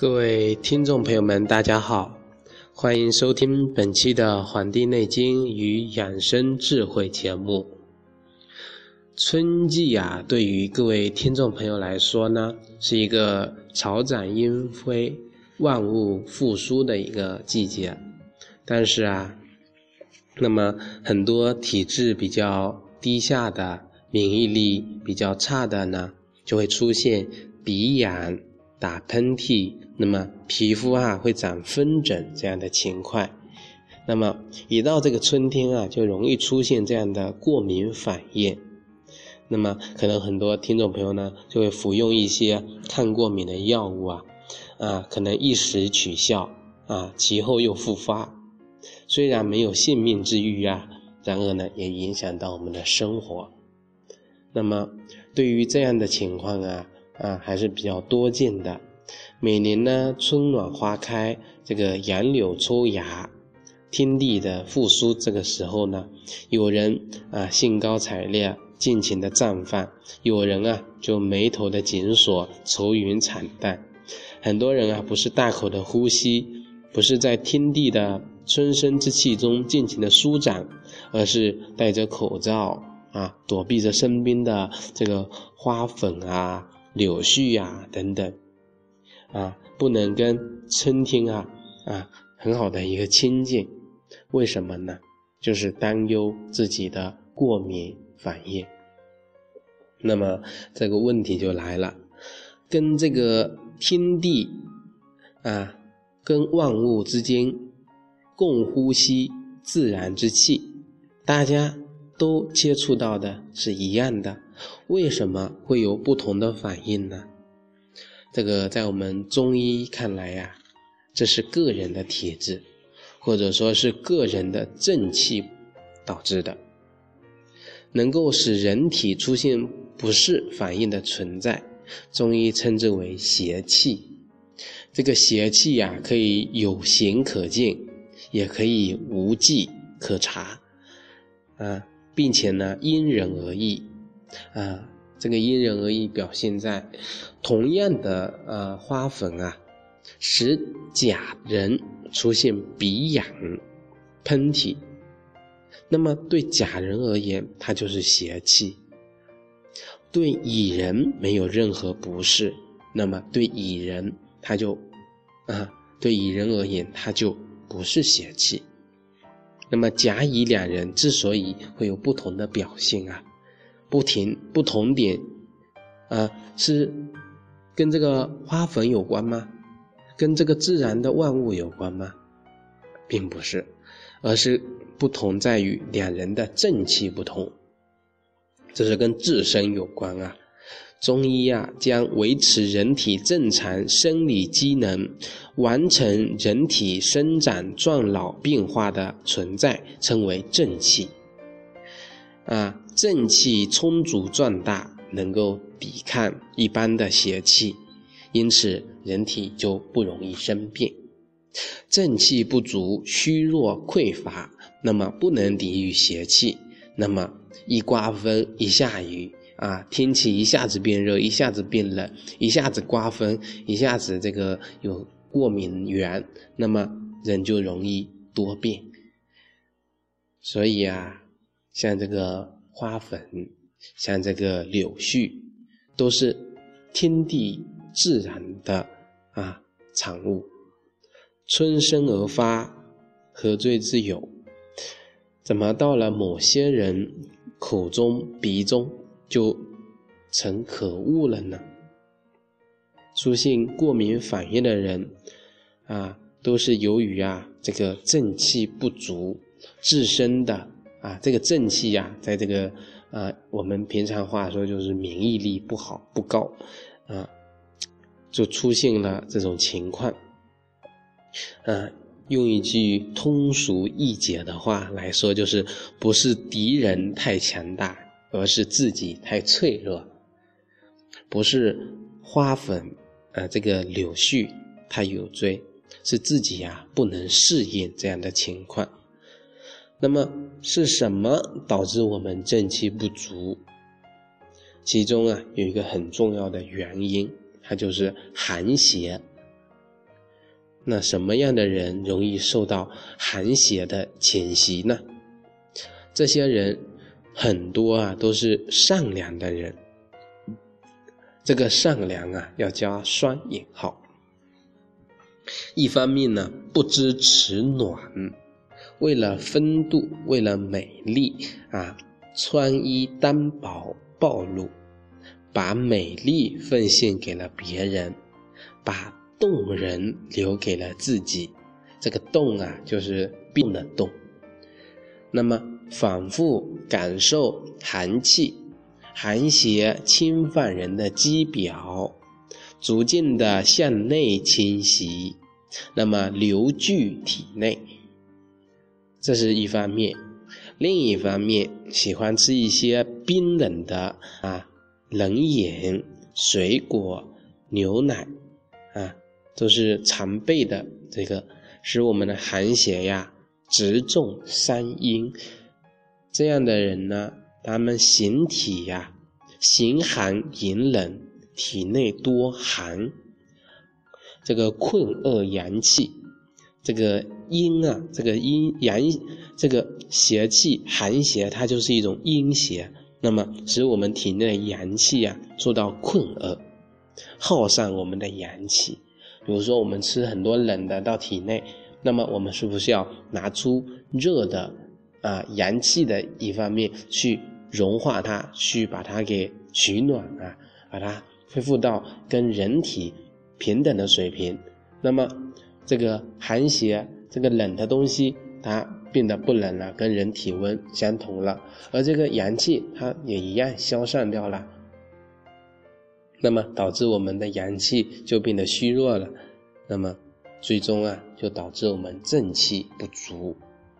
各位听众朋友们，大家好，欢迎收听本期的《黄帝内经与养生智慧》节目。春季对于各位听众朋友来说呢，是一个草长莺飞、万物复苏的一个季节。但是那么很多体质比较低下的、免疫力比较差的呢，就会出现鼻痒、打喷嚏，那么皮肤会长风疹这样的情况。那么一到这个春天就容易出现这样的过敏反应。那么可能很多听众朋友呢，就会服用一些抗过敏的药物可能一时取效其后又复发。虽然没有性命之虞然而呢，也影响到我们的生活。那么对于这样的情况还是比较多见的。每年呢，春暖花开，这个杨柳抽芽，天地的复苏，这个时候呢，有人兴高采烈，尽情的绽放；有人就眉头的紧锁，愁云惨淡。很多人不是大口的呼吸，不是在天地的春生之气中尽情的舒展，而是戴着口罩躲避着身边的这个花粉柳絮等等不能跟春天很好的一个亲近。为什么呢？就是担忧自己的过敏反应。那么这个问题就来了，跟这个天地跟万物之间共呼吸自然之气，大家都接触到的是一样的，为什么会有不同的反应呢？这个在我们中医看来这是个人的体质，或者说是个人的正气导致的。能够使人体出现不适反应的存在，中医称之为邪气。这个邪气可以有形可见，也可以无迹可查并且呢因人而异这个因人而异表现在同样的花粉使甲人出现鼻痒、喷嚏，那么对甲人而言，它就是邪气；对乙人没有任何不适，那么对乙人对乙人而言，它就不是邪气。那么甲乙两人之所以会有不同的表现不同点是跟这个花粉有关吗？跟这个自然的万物有关吗？并不是，而是不同在于两人的正气不同，这是跟自身有关中医将维持人体正常生理机能，完成人体生长壮老变化的存在称为正气正气充足壮大，能够抵抗一般的邪气，因此人体就不容易生病。正气不足、虚弱匮乏，那么不能抵御邪气，那么一刮风一下雨天气一下子变热，一下子变冷，一下子刮风，一下子这个有过敏源，那么人就容易多病。所以像这个花粉，像这个柳絮，都是天地自然的产物。春生而发，何罪之有？怎么到了某些人口中、鼻中就成可恶了呢？出现过敏反应的人都是由于这个正气不足，自身的这个正气在这个我们平常话说就是免疫力不好不高就出现了这种情况用一句通俗易解的话来说，就是不是敌人太强大，而是自己太脆弱。不是花粉这个柳絮太有罪，是自己不能适应这样的情况。那么是什么导致我们正气不足？其中有一个很重要的原因，它就是寒邪那什么样的人容易受到寒邪的侵袭呢？这些人很多都是善良的人，这个善良要加双引号。一方面呢，不知取暖，为了风度，为了美丽穿衣单薄暴露，把美丽奉献给了别人，把动人留给了自己。这个动就是病的动。那么反复感受寒气，寒邪侵犯人的肌表，逐渐的向内侵袭，那么流聚体内，这是一方面。另一方面，喜欢吃一些冰冷的冷饮、水果、牛奶都是常备的，这个使我们的寒邪直中三阴。这样的人呢，他们形体形寒引冷，体内多寒，这个困厄阳气，这个阴这个阴阳，这个邪气寒邪，它就是一种阴邪，那么使我们体内的阳气受到困厄，耗散我们的阳气。比如说我们吃很多冷的到体内，那么我们是不是要拿出热的阳气的一方面去融化它，去把它给取暖把它恢复到跟人体平等的水平。那么这个寒邪，这个冷的东西它变得不冷了，跟人体温相同了，而这个阳气它也一样消散掉了，那么导致我们的阳气就变得虚弱了，那么最终就导致我们正气不足。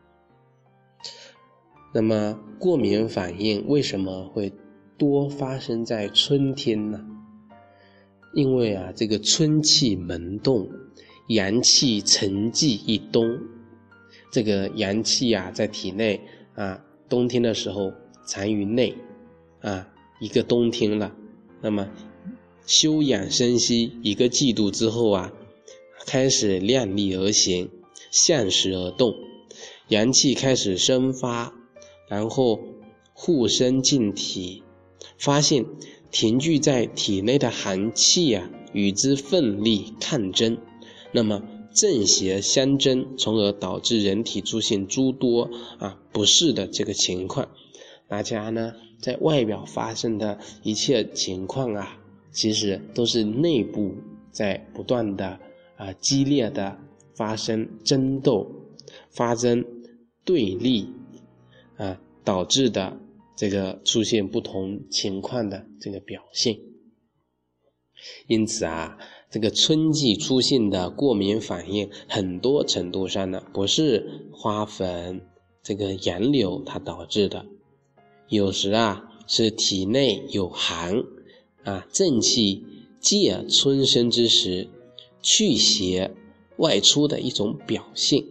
那么过敏反应为什么会多发生在春天呢？因为这个春气萌动，阳气沉寂一冬，这个阳气在体内冬天的时候藏于内一个冬天了，那么休养生息一个季度之后开始量力而行，向时而动，阳气开始生发，然后互生进体，发现停聚在体内的寒气与之奋力抗争，那么正邪相争，从而导致人体出现诸多不适的这个情况。大家呢在外表发生的一切情况其实都是内部在不断的激烈的发生争斗，发生对立导致的这个出现不同情况的这个表现。因此这个春季出现的过敏反应，很多程度上呢不是花粉这个杨柳它导致的，有时是体内有寒正气借春生之时去邪外出的一种表现。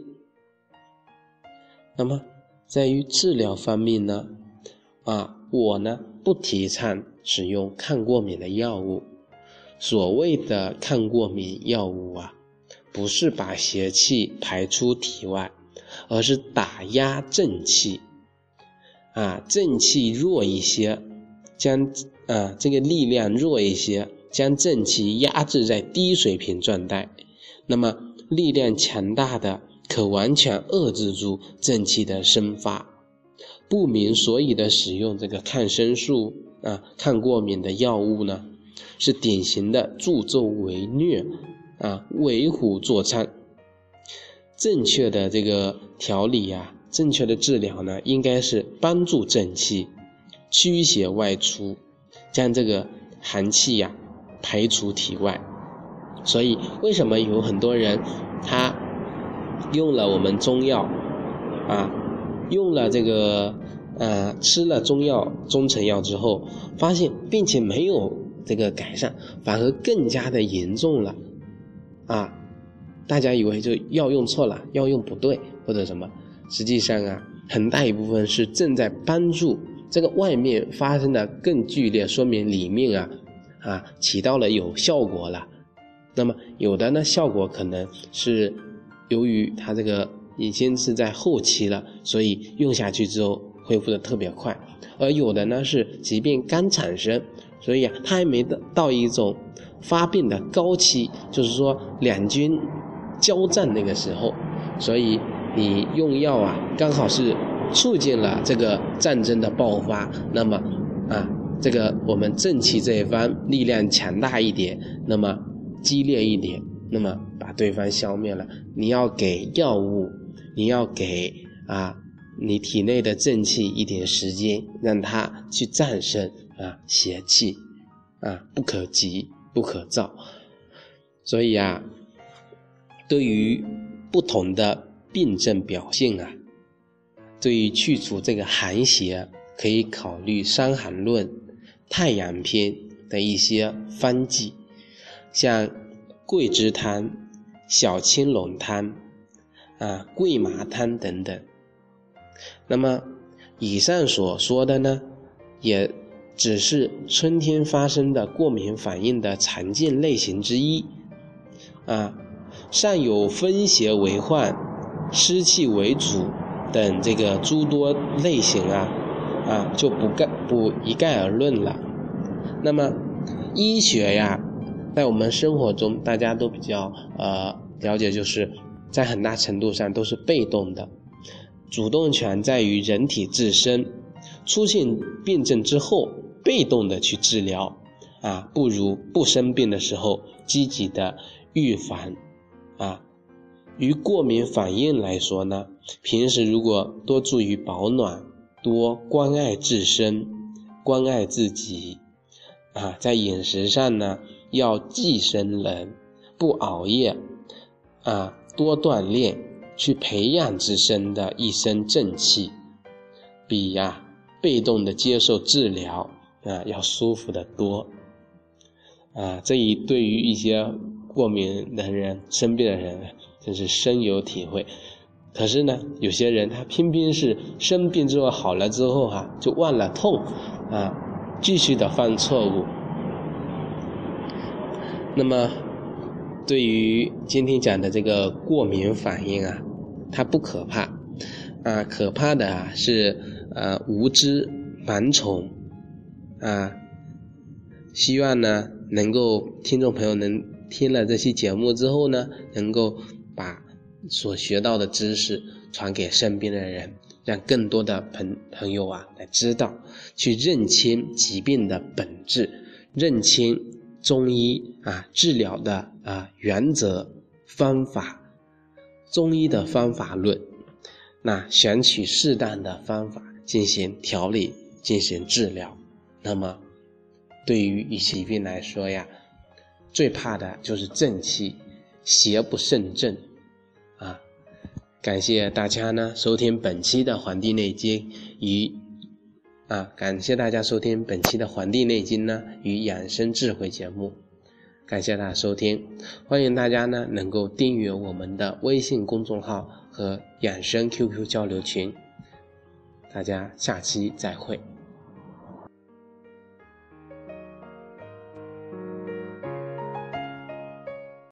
那么在于治疗方面呢我呢不提倡使用抗过敏的药物。所谓的抗过敏药物不是把邪气排出体外，而是打压正气正气弱一些，将这个力量弱一些，将正气压制在低水平状态，那么力量强大的可完全遏制住正气的生发。不明所以的使用这个抗生素抗过敏的药物呢，是典型的助纣为虐为虎作伥。正确的这个调理正确的治疗呢，应该是帮助正气驱邪外出，将这个寒气排除体外。所以为什么有很多人他用了我们中药用了这个吃了中成药之后，发现病情没有这个改善，反而更加的严重了大家以为就药用错了，药用不对或者什么，实际上很大一部分是正在帮助这个外面发生的更剧烈，说明里面起到了有效果了那么有的呢效果可能是由于它这个已经是在后期了，所以用下去之后恢复的特别快，而有的呢是疾病刚产生，所以它还没到一种发病的高期，就是说两军交战那个时候，所以你用药刚好是促进了这个战争的爆发，那么这个我们正气这一方力量强大一点，那么激烈一点，那么把对方消灭了。你要给药物，你要给你体内的正气一点时间，让它去战胜邪气不可急不可躁。所以对于不同的病症表现对于去除这个寒邪，可以考虑《伤寒论》《太阳篇》的一些方剂，像桂枝汤、小青龙汤桂麻汤等等。那么以上所说的呢，也只是春天发生的过敏反应的常见类型之一尚有风邪为患、湿气为主等这个诸多类型就不一概而论了。那么医学在我们生活中大家都比较了解，就是在很大程度上都是被动的，主动权在于人体自身，出现病症之后被动的去治疗不如不生病的时候积极的预防于过敏反应来说呢，平时如果多注意保暖，多关爱自身，关爱自己在饮食上呢要忌生冷，不熬夜多锻炼，去培养自身的一身正气，比被动的接受治疗要舒服得多这一对于一些过敏的人、生病的人真是深有体会。可是呢，有些人他偏偏是生病之后好了之后就忘了痛继续的犯错误。那么对于今天讲的这个过敏反应它不可怕可怕的是无知盲从希望呢能够听众朋友能听了这期节目之后呢，能够把所学到的知识传给身边的人，让更多的朋友来知道，去认清疾病的本质，认清中医治疗的原则方法，中医的方法论，那选取适当的方法进行调理，进行治疗。那么对于一疾病来说最怕的就是正气，邪不胜正感谢大家呢收听本期的《黄帝内经》感谢大家收听本期的《黄帝内经》呢与养生智慧节目，感谢大家收听，欢迎大家呢能够订阅我们的微信公众号和养生 QQ 交流群，大家下期再会。